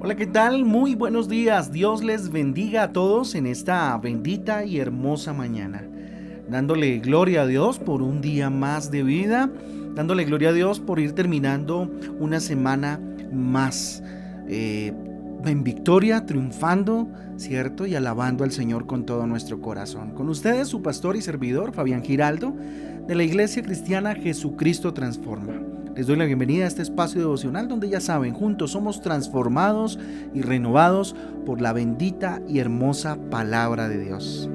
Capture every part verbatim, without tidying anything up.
Hola, ¿qué tal? Muy buenos días. Dios les bendiga a todos en esta bendita y hermosa mañana. Dándole gloria a Dios por un día más de vida, dándole gloria a Dios por ir terminando una semana más eh, en victoria, triunfando, ¿cierto? Y alabando al Señor con todo nuestro corazón. Con ustedes, su pastor y servidor, Fabián Giraldo, de la Iglesia Cristiana Jesucristo Transforma. Les doy la bienvenida a este espacio devocional donde, ya saben, juntos somos transformados y renovados por la bendita y hermosa palabra de Dios,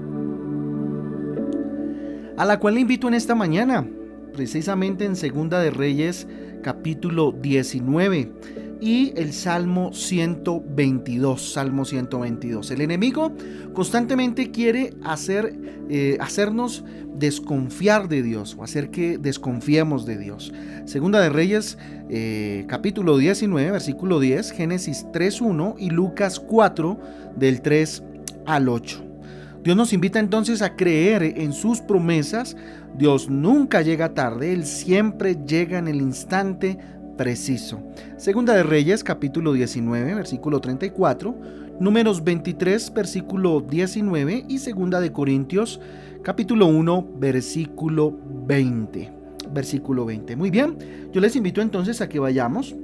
a la cual le invito en esta mañana, precisamente en Segunda de Reyes, capítulo diecinueve, y el Salmo ciento veintidós. Salmo ciento veintidós. El enemigo constantemente quiere hacer, eh, hacernos desconfiar de Dios, o hacer que desconfiemos de Dios. Segunda de Reyes, eh, capítulo diecinueve, versículo diez, Génesis tres uno y Lucas cuatro, del tres al ocho. Dios nos invita entonces a creer en sus promesas. Dios nunca llega tarde, Él siempre llega en el instante preciso. Segunda de Reyes, capítulo diecinueve, versículo treinta y cuatro, Números veintitrés, versículo diecinueve, y Segunda de Corintios, capítulo uno, versículo veinte. Versículo veinte. Muy bien, yo les invito entonces a que vayamos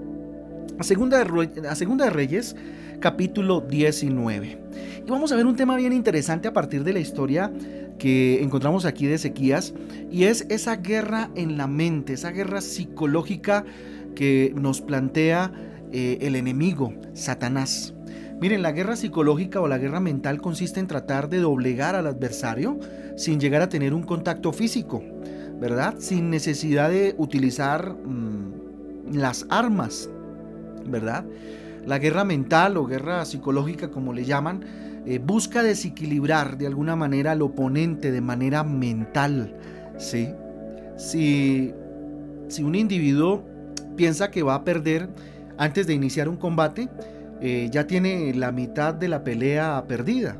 a Segunda de, Re- a Segunda de Reyes, capítulo diecinueve. Y vamos a ver un tema bien interesante a partir de la historia que encontramos aquí de Ezequías, y es esa guerra en la mente, esa guerra psicológica que nos plantea eh, el enemigo, Satanás. Miren, la guerra psicológica o la guerra mental consiste en tratar de doblegar al adversario sin llegar a tener un contacto físico, ¿verdad? Sin necesidad de utilizar mmm, las armas, ¿verdad? La guerra mental o guerra psicológica, como le llaman, eh, busca desequilibrar de alguna manera al oponente de manera mental, ¿sí? Si, si un individuo piensa que va a perder antes de iniciar un combate, eh, ya tiene la mitad de la pelea perdida.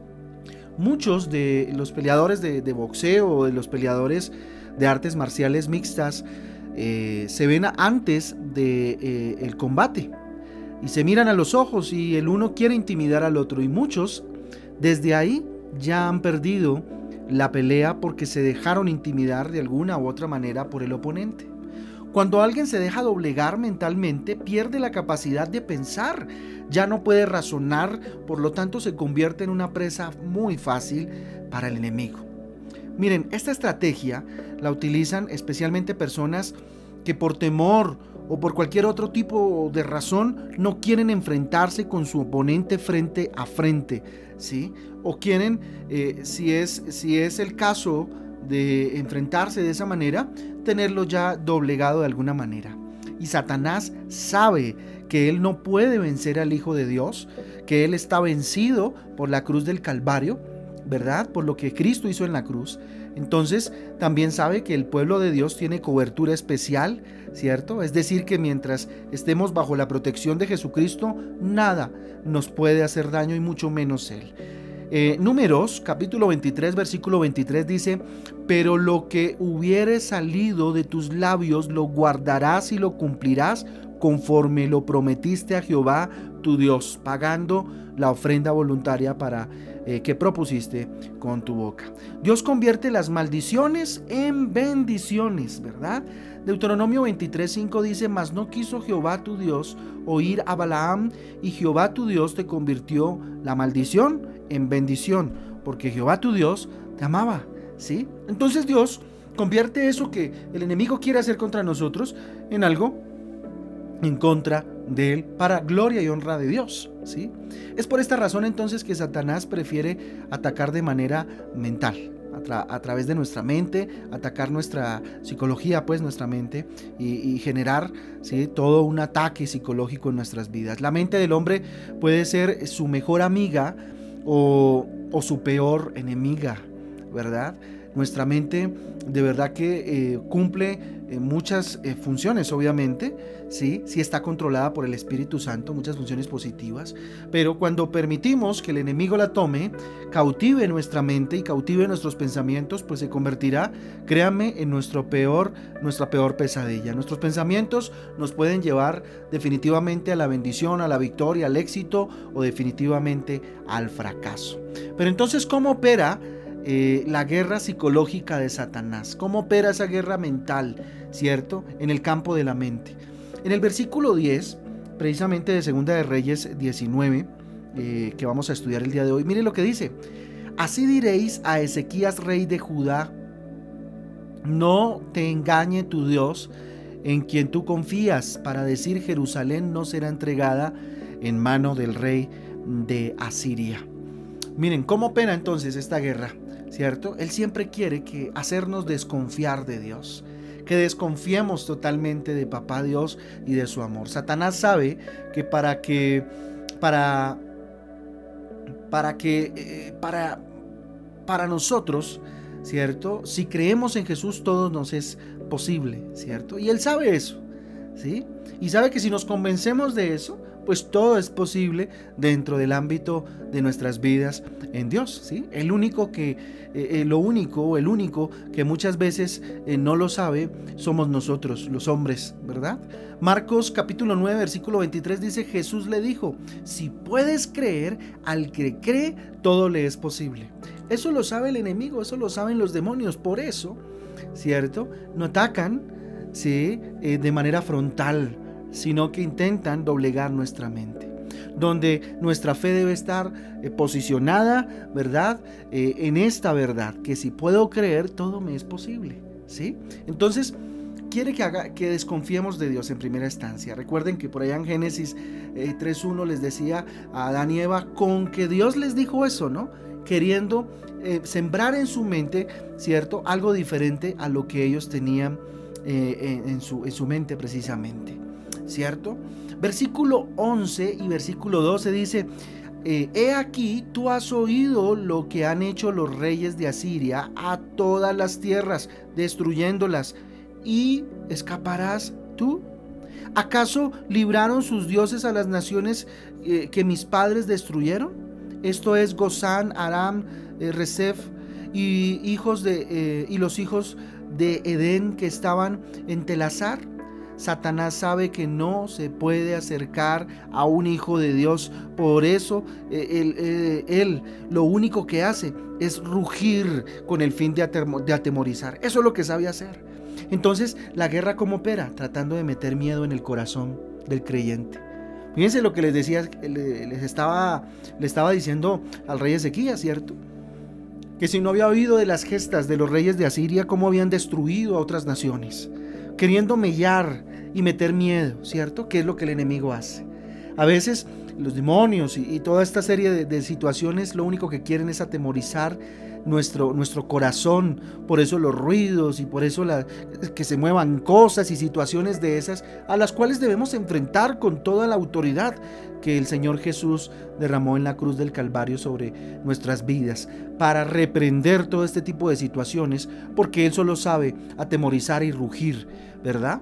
Muchos de los peleadores de, de boxeo o de los peleadores de artes marciales mixtas eh, se ven antes del de, eh, combate y se miran a los ojos, y el uno quiere intimidar al otro, y muchos desde ahí ya han perdido la pelea porque se dejaron intimidar de alguna u otra manera por el oponente. Cuando alguien se deja doblegar mentalmente, pierde la capacidad de pensar, ya no puede razonar, por lo tanto se convierte en una presa muy fácil para el enemigo. Miren, esta estrategia la utilizan especialmente personas que por temor o por cualquier otro tipo de razón no quieren enfrentarse con su oponente frente a frente, ¿sí? O quieren, eh, si es, si es el caso de enfrentarse de esa manera, tenerlo ya doblegado de alguna manera. Y Satanás sabe que él no puede vencer al Hijo de Dios, que él está vencido por la cruz del Calvario, ¿verdad? Por lo que Cristo hizo en la cruz. Entonces también sabe que el pueblo de Dios tiene cobertura especial, ¿cierto? Es decir, que mientras estemos bajo la protección de Jesucristo, nada nos puede hacer daño, y mucho menos Él. Eh, Números, capítulo veintitrés, versículo veintitrés dice: pero lo que hubiere salido de tus labios lo guardarás y lo cumplirás conforme lo prometiste a Jehová tu Dios, pagando la ofrenda voluntaria para eh, que propusiste con tu boca. Dios convierte las maldiciones en bendiciones, ¿verdad? Deuteronomio veintitrés, cinco dice: mas no quiso Jehová tu Dios oír a Balaam, y Jehová tu Dios te convirtió la maldición en bendición, porque Jehová tu Dios te amaba, ¿sí? Entonces Dios convierte eso que el enemigo quiere hacer contra nosotros en algo en contra de él, para gloria y honra de Dios, ¿sí? Es por esta razón entonces que Satanás prefiere atacar de manera mental, a, tra- a través de nuestra mente, atacar nuestra psicología, pues nuestra mente, y, y generar, ¿sí?, todo un ataque psicológico en nuestras vidas. La mente del hombre puede ser su mejor amiga o, o su peor enemiga, ¿verdad? Nuestra mente de verdad que eh, cumple eh, muchas eh, funciones, obviamente, ¿sí? Sí está controlada por el Espíritu Santo, muchas funciones positivas, pero cuando permitimos que el enemigo la tome, cautive nuestra mente y cautive nuestros pensamientos, pues se convertirá, créanme, en nuestro peor, nuestra peor pesadilla. Nuestros pensamientos nos pueden llevar definitivamente a la bendición, a la victoria, al éxito o definitivamente al fracaso. Pero entonces, ¿cómo opera Eh, la guerra psicológica de Satanás? ¿Cómo opera esa guerra mental, cierto? En el campo de la mente. En el versículo diez, precisamente de Segunda de Reyes diecinueve, eh, que vamos a estudiar el día de hoy, mire lo que dice: así diréis a Ezequías, rey de Judá: no te engañe tu Dios, en quien tú confías, para decir Jerusalén no será entregada en mano del rey de Asiria. Miren, ¿cómo opera entonces esta guerra? ¿Cierto? Él siempre quiere que hacernos desconfiar de Dios, que desconfiemos totalmente de Papá Dios y de su amor. Satanás sabe que para que para para que eh, para para nosotros, ¿cierto? Si creemos en Jesús, todo nos es posible, ¿cierto? Y él sabe eso, ¿sí? Y sabe que si nos convencemos de eso, pues todo es posible dentro del ámbito de nuestras vidas en Dios, ¿sí? El único que, eh, lo único, el único que muchas veces eh, no lo sabe somos nosotros, los hombres, ¿verdad? Marcos capítulo nueve, versículo veintitrés dice: Jesús le dijo: si puedes creer, al que cree, todo le es posible. Eso lo sabe el enemigo, eso lo saben los demonios, por eso, ¿cierto? No atacan, ¿sí? eh, de manera frontal, sino que intentan doblegar nuestra mente, donde nuestra fe debe estar eh, posicionada, ¿verdad? Eh, en esta verdad, que si puedo creer, todo me es posible, ¿sí? Entonces, quiere que, haga, que desconfiemos de Dios en primera instancia. Recuerden que por allá en Génesis eh, tres uno les decía a Adán y Eva, con que Dios les dijo eso, ¿no? Queriendo eh, sembrar en su mente, ¿cierto? Algo diferente a lo que ellos tenían eh, en, en, su, en su mente precisamente, ¿cierto? Versículo once y versículo doce dice: eh, he aquí, tú has oído lo que han hecho los reyes de Asiria a todas las tierras, destruyéndolas, y escaparás tú. ¿Acaso libraron sus dioses a las naciones eh, que mis padres destruyeron? Esto es Gozán, Aram, eh, Rezef y hijos de eh, y los hijos de Edén que estaban en Telasar. Satanás sabe que no se puede acercar a un hijo de Dios, por eso eh, él, eh, él lo único que hace es rugir con el fin de, atem- de atemorizar. Eso es lo que sabe hacer. Entonces, ¿la guerra cómo opera? Tratando de meter miedo en el corazón del creyente. Fíjense lo que les decía, les estaba, le estaba diciendo al rey Ezequías, ¿cierto? Que si no había oído de las gestas de los reyes de Asiria, cómo habían destruido a otras naciones, queriendo mellar y meter miedo, ¿cierto? ¿Qué es lo que el enemigo hace? A veces los demonios y, y toda esta serie de, de situaciones lo único que quieren es atemorizar nuestro, nuestro corazón. Por eso los ruidos y por eso la, que se muevan cosas y situaciones de esas, a las cuales debemos enfrentar con toda la autoridad que el Señor Jesús derramó en la cruz del Calvario sobre nuestras vidas, para reprender todo este tipo de situaciones, porque Él solo sabe atemorizar y rugir, ¿verdad?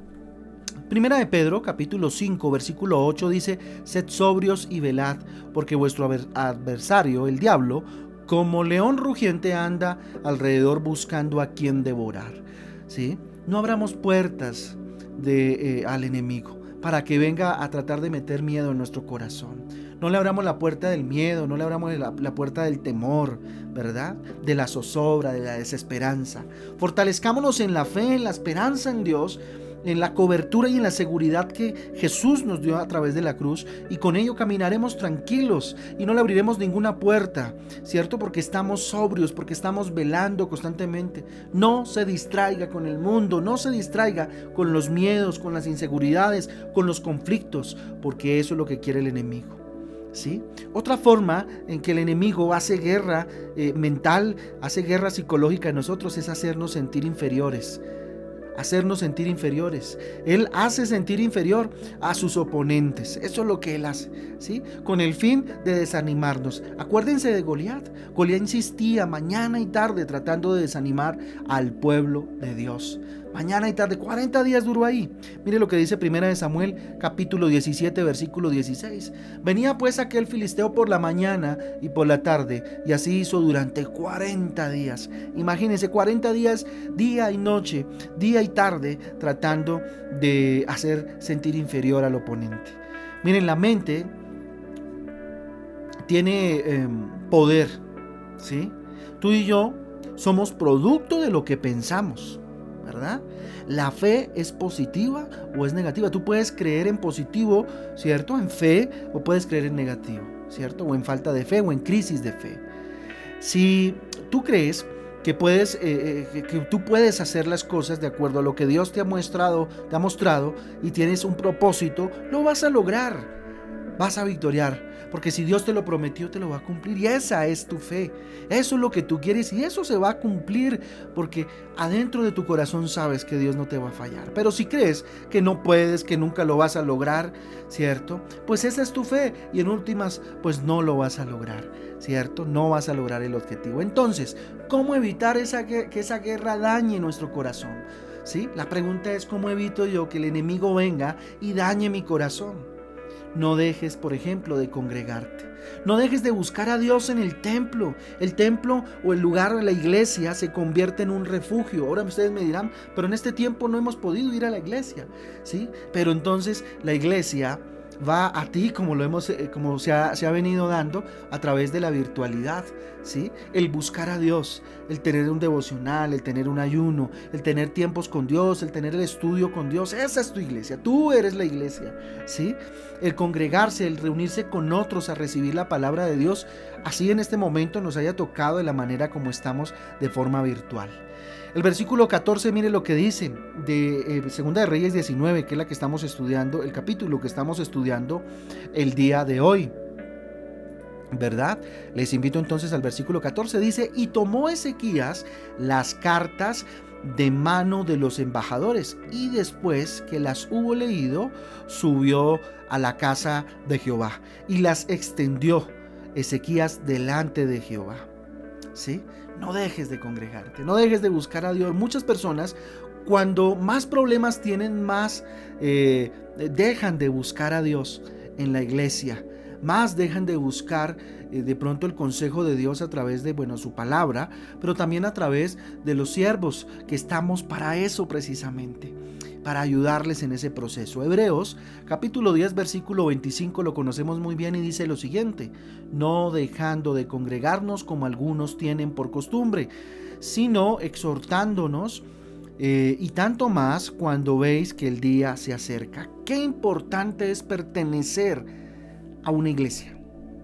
Primera de Pedro, capítulo cinco, versículo ocho dice: sed sobrios y velad, porque vuestro adversario, el diablo, como león rugiente anda alrededor buscando a quien devorar, ¿sí? No abramos puertas de, eh, al enemigo para que venga a tratar de meter miedo en nuestro corazón. No le abramos la puerta del miedo, no le abramos la, la puerta del temor, ¿verdad? De la zozobra, de la desesperanza. Fortalezcámonos en la fe, en la esperanza en Dios, en la cobertura y en la seguridad que Jesús nos dio a través de la cruz, y con ello caminaremos tranquilos y no le abriremos ninguna puerta, ¿cierto? Porque estamos sobrios, porque estamos velando constantemente. No se distraiga con el mundo, no se distraiga con los miedos, con las inseguridades, con los conflictos, porque eso es lo que quiere el enemigo, ¿sí? Otra forma en que el enemigo hace guerra eh, mental, hace guerra psicológica en nosotros, es hacernos sentir inferiores. hacernos sentir inferiores. Él hace sentir inferior a sus oponentes. Eso es lo que él hace, ¿sí? Con el fin de desanimarnos. Acuérdense de Goliat. Goliat insistía mañana y tarde tratando de desanimar al pueblo de Dios. Mañana y tarde, cuarenta días duró ahí. Mire lo que dice Primera de Samuel, capítulo diecisiete, versículo dieciséis. Venía pues aquel filisteo por la mañana y por la tarde, y así hizo durante cuarenta días. Imagínense, cuarenta días, día y noche, día y tarde, tratando de hacer sentir inferior al oponente. Miren, la mente tiene eh, poder, ¿sí? Tú y yo somos producto de lo que pensamos, ¿verdad? La fe es positiva o es negativa. Tú puedes creer en positivo, ¿cierto? En fe, o puedes creer en negativo, ¿cierto? O en falta de fe o en crisis de fe. Si tú crees que puedes, eh, eh, que tú puedes hacer las cosas de acuerdo a lo que Dios te ha mostrado, te ha mostrado y tienes un propósito, lo vas a lograr. Vas a victoriar, porque si Dios te lo prometió, te lo va a cumplir, y esa es tu fe. Eso es lo que tú quieres y eso se va a cumplir, porque adentro de tu corazón sabes que Dios no te va a fallar. Pero si crees que no puedes, que nunca lo vas a lograr, ¿cierto? Pues esa es tu fe, y en últimas, pues no lo vas a lograr, ¿cierto? No vas a lograr el objetivo. Entonces, ¿cómo evitar esa, que esa guerra dañe nuestro corazón? ¿Sí? La pregunta es, ¿cómo evito yo que el enemigo venga y dañe mi corazón? No dejes, por ejemplo, de congregarte. No dejes de buscar a Dios en el templo. El templo o el lugar de la iglesia se convierte en un refugio. Ahora ustedes me dirán, pero en este tiempo no hemos podido ir a la iglesia, ¿sí? Pero entonces la iglesia va a ti, como lo hemos, como se ha, se ha venido dando a través de la virtualidad, ¿sí? El buscar a Dios, el tener un devocional, el tener un ayuno, el tener tiempos con Dios, el tener el estudio con Dios. Esa es tu iglesia, tú eres la iglesia, ¿sí? El congregarse, el reunirse con otros a recibir la palabra de Dios, así en este momento nos haya tocado de la manera como estamos de forma virtual. El versículo catorce, mire lo que dice de eh, Segunda de Reyes diecinueve, que es la que estamos estudiando, el capítulo que estamos estudiando el día de hoy, ¿verdad? Les invito entonces al versículo catorce, dice: y tomó Ezequías las cartas de mano de los embajadores, y después que las hubo leído, subió a la casa de Jehová y las extendió Ezequías delante de Jehová. ¿Sí? No dejes de congregarte, no dejes de buscar a Dios. Muchas personas, cuando más problemas tienen, más eh, dejan de buscar a Dios en la iglesia, más dejan de buscar eh, de pronto el consejo de Dios a través de, bueno, su palabra, pero también a través de los siervos, que estamos para eso precisamente, para ayudarles en ese proceso. Hebreos capítulo diez versículo veinticinco lo conocemos muy bien y dice lo siguiente: no dejando de congregarnos como algunos tienen por costumbre, sino exhortándonos, eh, y tanto más cuando veis que el día se acerca. Qué importante es pertenecer a una iglesia.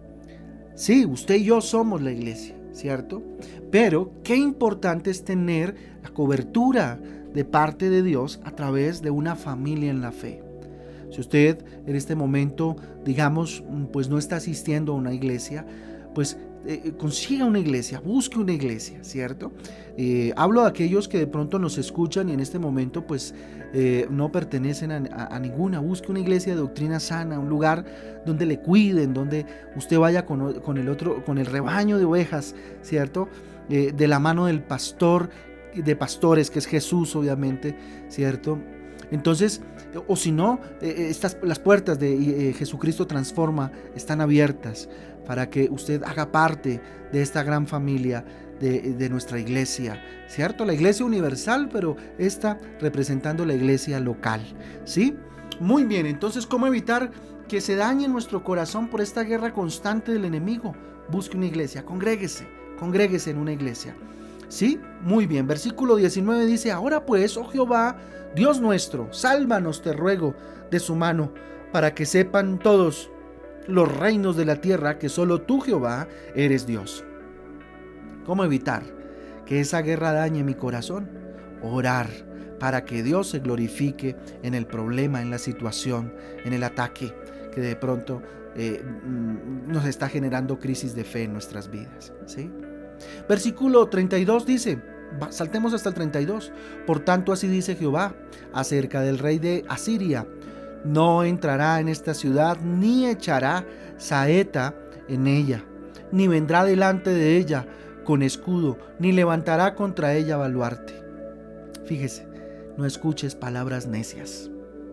Sí, usted y yo somos la iglesia, ¿cierto? Pero qué importante es tener la cobertura de parte de Dios a través de una familia en la fe. Si usted en este momento, digamos, pues no está asistiendo a una iglesia, pues eh, consiga una iglesia, busque una iglesia, ¿cierto? Eh, hablo de aquellos que de pronto nos escuchan y en este momento pues eh, no pertenecen a, a, a ninguna. Busque una iglesia de doctrina sana, un lugar donde le cuiden, donde usted vaya con, con el otro, con el rebaño de ovejas, ¿cierto? Eh, de la mano del pastor, de pastores, que es Jesús, obviamente, ¿cierto? Entonces, o si no, eh, estas, las puertas de eh, Jesucristo Transforma están abiertas para que usted haga parte de esta gran familia de, de nuestra iglesia, ¿cierto? La iglesia universal, pero esta representando la iglesia local, ¿sí? Muy bien, entonces, ¿cómo evitar que se dañe nuestro corazón por esta guerra constante del enemigo? Busque una iglesia, congréguese, congréguese en una iglesia. ¿Sí? Muy bien. Versículo diecinueve dice: ahora pues, oh Jehová, Dios nuestro, sálvanos, te ruego, de su mano, para que sepan todos los reinos de la tierra que solo tú, Jehová, eres Dios. ¿Cómo evitar que esa guerra dañe mi corazón? Orar para que Dios se glorifique en el problema, en la situación, en el ataque que de pronto eh, nos está generando crisis de fe en nuestras vidas, ¿sí? Versículo treinta y dos dice: Saltemos hasta el treinta y dos. Por tanto, así dice Jehová acerca del rey de Asiria: no entrará en esta ciudad, ni echará saeta en ella, ni vendrá delante de ella con escudo, ni levantará contra ella baluarte. Fíjese, no escuches palabras necias.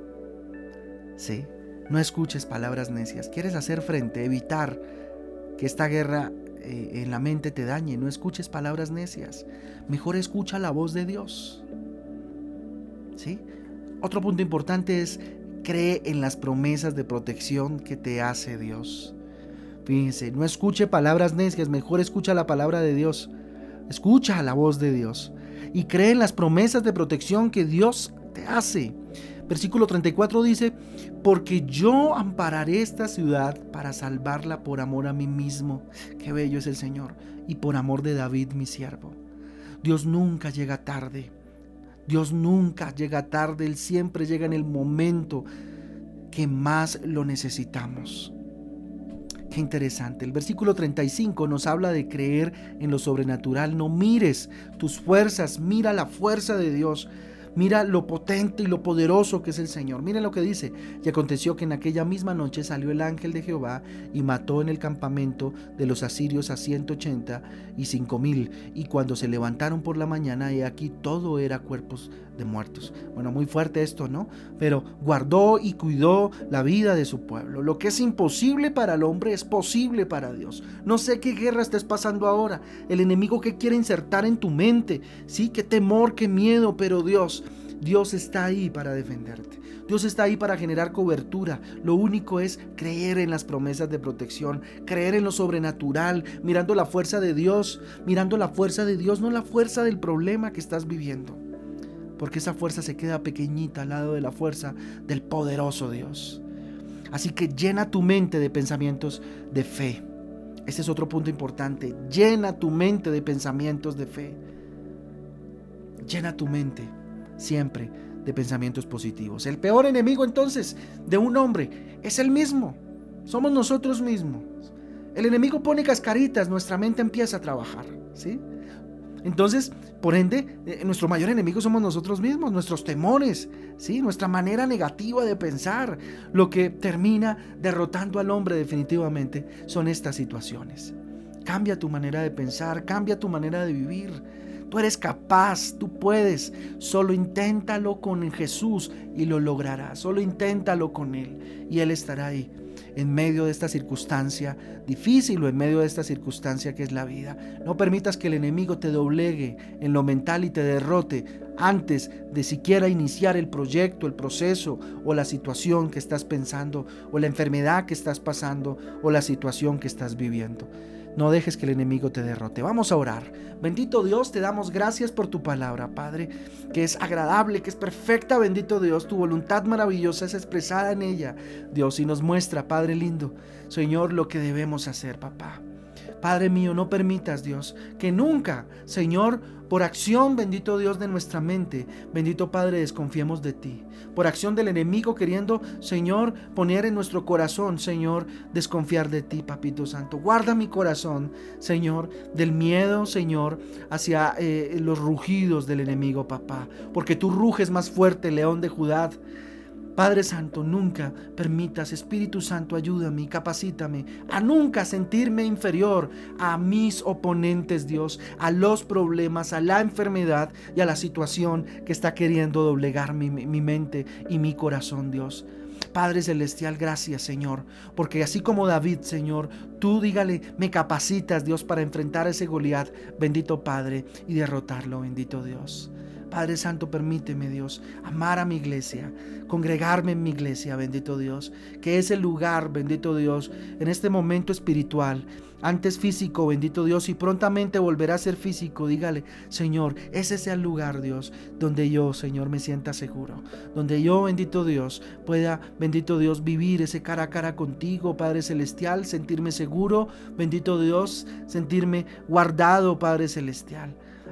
Sí, no escuches palabras necias. ¿Quieres hacer frente, evitar que esta guerra eh, en la mente te dañe? No escuches palabras necias. Mejor escucha la voz de Dios. ¿Sí? Otro punto importante es: cree en las promesas de protección que te hace Dios. Fíjense, no escuche palabras necias, mejor escucha la palabra de Dios. Escucha la voz de Dios y cree en las promesas de protección que Dios te hace. Versículo treinta y cuatro dice: porque yo ampararé esta ciudad para salvarla por amor a mí mismo. Qué bello es el Señor. Y por amor de David, mi siervo. Dios nunca llega tarde. Dios nunca llega tarde. Él siempre llega en el momento que más lo necesitamos. Qué interesante. El versículo treinta y cinco nos habla de creer en lo sobrenatural. No mires tus fuerzas, mira la fuerza de Dios. Mira lo potente y lo poderoso que es el Señor. Miren lo que dice: y aconteció que en aquella misma noche salió el ángel de Jehová y mató en el campamento de los asirios a ciento ochenta y cinco mil. Y cuando se levantaron por la mañana, he aquí todo era cuerpos de muertos. Bueno, muy fuerte esto, ¿no? Pero guardó y cuidó la vida de su pueblo. Lo que es imposible para el hombre es posible para Dios. No sé qué guerra estés pasando ahora. El enemigo que quiere insertar en tu mente, sí, qué temor, qué miedo, pero Dios Dios está ahí para defenderte. Dios está ahí para generar cobertura. Lo único es creer en las promesas de protección, creer en lo sobrenatural, mirando la fuerza de Dios, mirando la fuerza de Dios, no la fuerza del problema que estás viviendo. Porque esa fuerza se queda pequeñita al lado de la fuerza del poderoso Dios. Así que llena tu mente de pensamientos de fe. Ese es otro punto importante. Llena tu mente de pensamientos de fe. Llena tu mente siempre de pensamientos positivos. El peor enemigo entonces de un hombre es el mismo. Somos nosotros mismos. El enemigo pone cascaritas, nuestra mente empieza a trabajar, ¿sí? Entonces, por ende, eh, nuestro mayor enemigo somos nosotros mismos, nuestros temores, ¿sí? Nuestra manera negativa de pensar. Lo que termina derrotando al hombre definitivamente son estas situaciones. Cambia tu manera de pensar, cambia tu manera de vivir. Tú eres capaz, tú puedes. Solo inténtalo con Jesús y lo lograrás. Solo inténtalo con Él y Él estará ahí en medio de esta circunstancia difícil o en medio de esta circunstancia que es la vida. No permitas que el enemigo te doblegue en lo mental y te derrote antes de siquiera iniciar el proyecto, el proceso o la situación que estás pensando o la enfermedad que estás pasando o la situación que estás viviendo. No dejes que el enemigo te derrote. Vamos a orar. Bendito Dios, te damos gracias por tu palabra, Padre, que es agradable, que es perfecta. Bendito Dios, tu voluntad maravillosa es expresada en ella, Dios, y nos muestra, Padre lindo, Señor, lo que debemos hacer, papá. Padre mío, no permitas, Dios, que nunca, Señor, por acción, bendito Dios, de nuestra mente, bendito Padre, desconfiemos de ti. Por acción del enemigo queriendo, Señor, poner en nuestro corazón, Señor, desconfiar de ti, Papito Santo. Guarda mi corazón, Señor, del miedo, Señor, hacia eh, los rugidos del enemigo, papá. Porque tú ruges más fuerte, león de Judá. Padre Santo, nunca permitas, Espíritu Santo, ayúdame, capacítame a nunca sentirme inferior a mis oponentes, Dios, a los problemas, a la enfermedad y a la situación que está queriendo doblegar mi, mi mente y mi corazón, Dios. Padre Celestial, gracias, Señor, porque así como David, Señor, tú dígale, me capacitas, Dios, para enfrentar a ese Goliat, bendito Padre, y derrotarlo, bendito Dios. Padre Santo, permíteme, Dios, amar a mi iglesia, congregarme en mi iglesia, bendito Dios, que es el lugar, bendito Dios, en este momento espiritual, antes físico, bendito Dios, y prontamente volverá a ser físico. Dígale, Señor, ese sea el lugar, Dios, donde yo, Señor, me sienta seguro, donde yo, bendito Dios, pueda, bendito Dios, vivir ese cara a cara contigo, Padre Celestial, sentirme seguro, bendito Dios, sentirme guardado, Padre Celestial.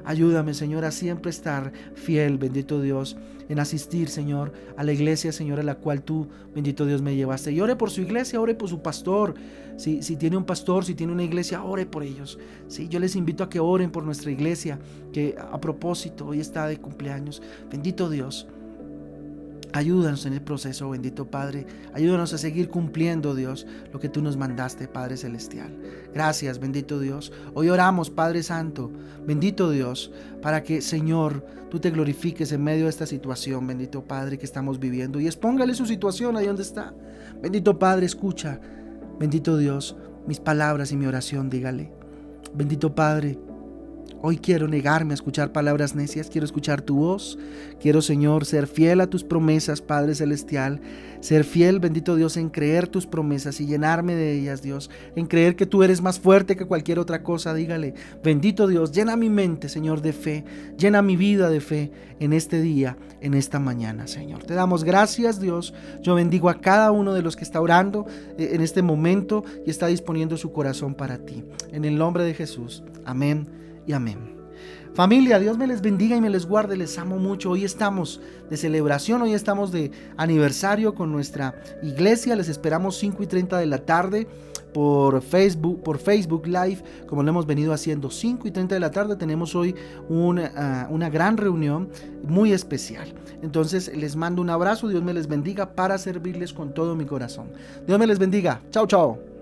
Ayúdame, Señor, a siempre estar fiel, bendito Dios, en asistir, Señor, a la iglesia, Señor, a la cual tú, bendito Dios, me llevaste. Y ore por su iglesia, ore por su pastor. Si, si tiene un pastor, si tiene una iglesia, ore por ellos. Sí, yo les invito a que oren por nuestra iglesia, que a propósito, hoy está de cumpleaños. Bendito Dios. Ayúdanos en el proceso, bendito Padre. Ayúdanos a seguir cumpliendo, Dios, lo que tú nos mandaste, Padre Celestial. Gracias, bendito Dios. Hoy oramos, Padre Santo, bendito Dios, para que, Señor, tú te glorifiques en medio de esta situación, bendito Padre, que estamos viviendo. Y expóngale su situación ahí donde está. Bendito Padre, escucha, bendito Dios, mis palabras y mi oración, dígale. Bendito Padre, hoy quiero negarme a escuchar palabras necias, quiero escuchar tu voz. Quiero, Señor, ser fiel a tus promesas, Padre Celestial. Ser fiel, bendito Dios, en creer tus promesas y llenarme de ellas, Dios. En creer que tú eres más fuerte que cualquier otra cosa, dígale. Bendito Dios, llena mi mente, Señor, de fe. Llena mi vida de fe en este día, en esta mañana, Señor. Te damos gracias, Dios. Yo bendigo a cada uno de los que está orando eh, en este momento y está disponiendo su corazón para ti. En el nombre de Jesús. Amén y amén. Familia, Dios me les bendiga y me les guarde, les amo mucho. Hoy estamos de celebración, hoy estamos de aniversario con nuestra iglesia. Les esperamos cinco y treinta de la tarde por Facebook, por Facebook Live, como lo hemos venido haciendo. cinco y treinta de la tarde tenemos hoy una, uh, una gran reunión muy especial. Entonces les mando un abrazo, Dios me les bendiga para servirles con todo mi corazón. Dios me les bendiga. Chao, chao.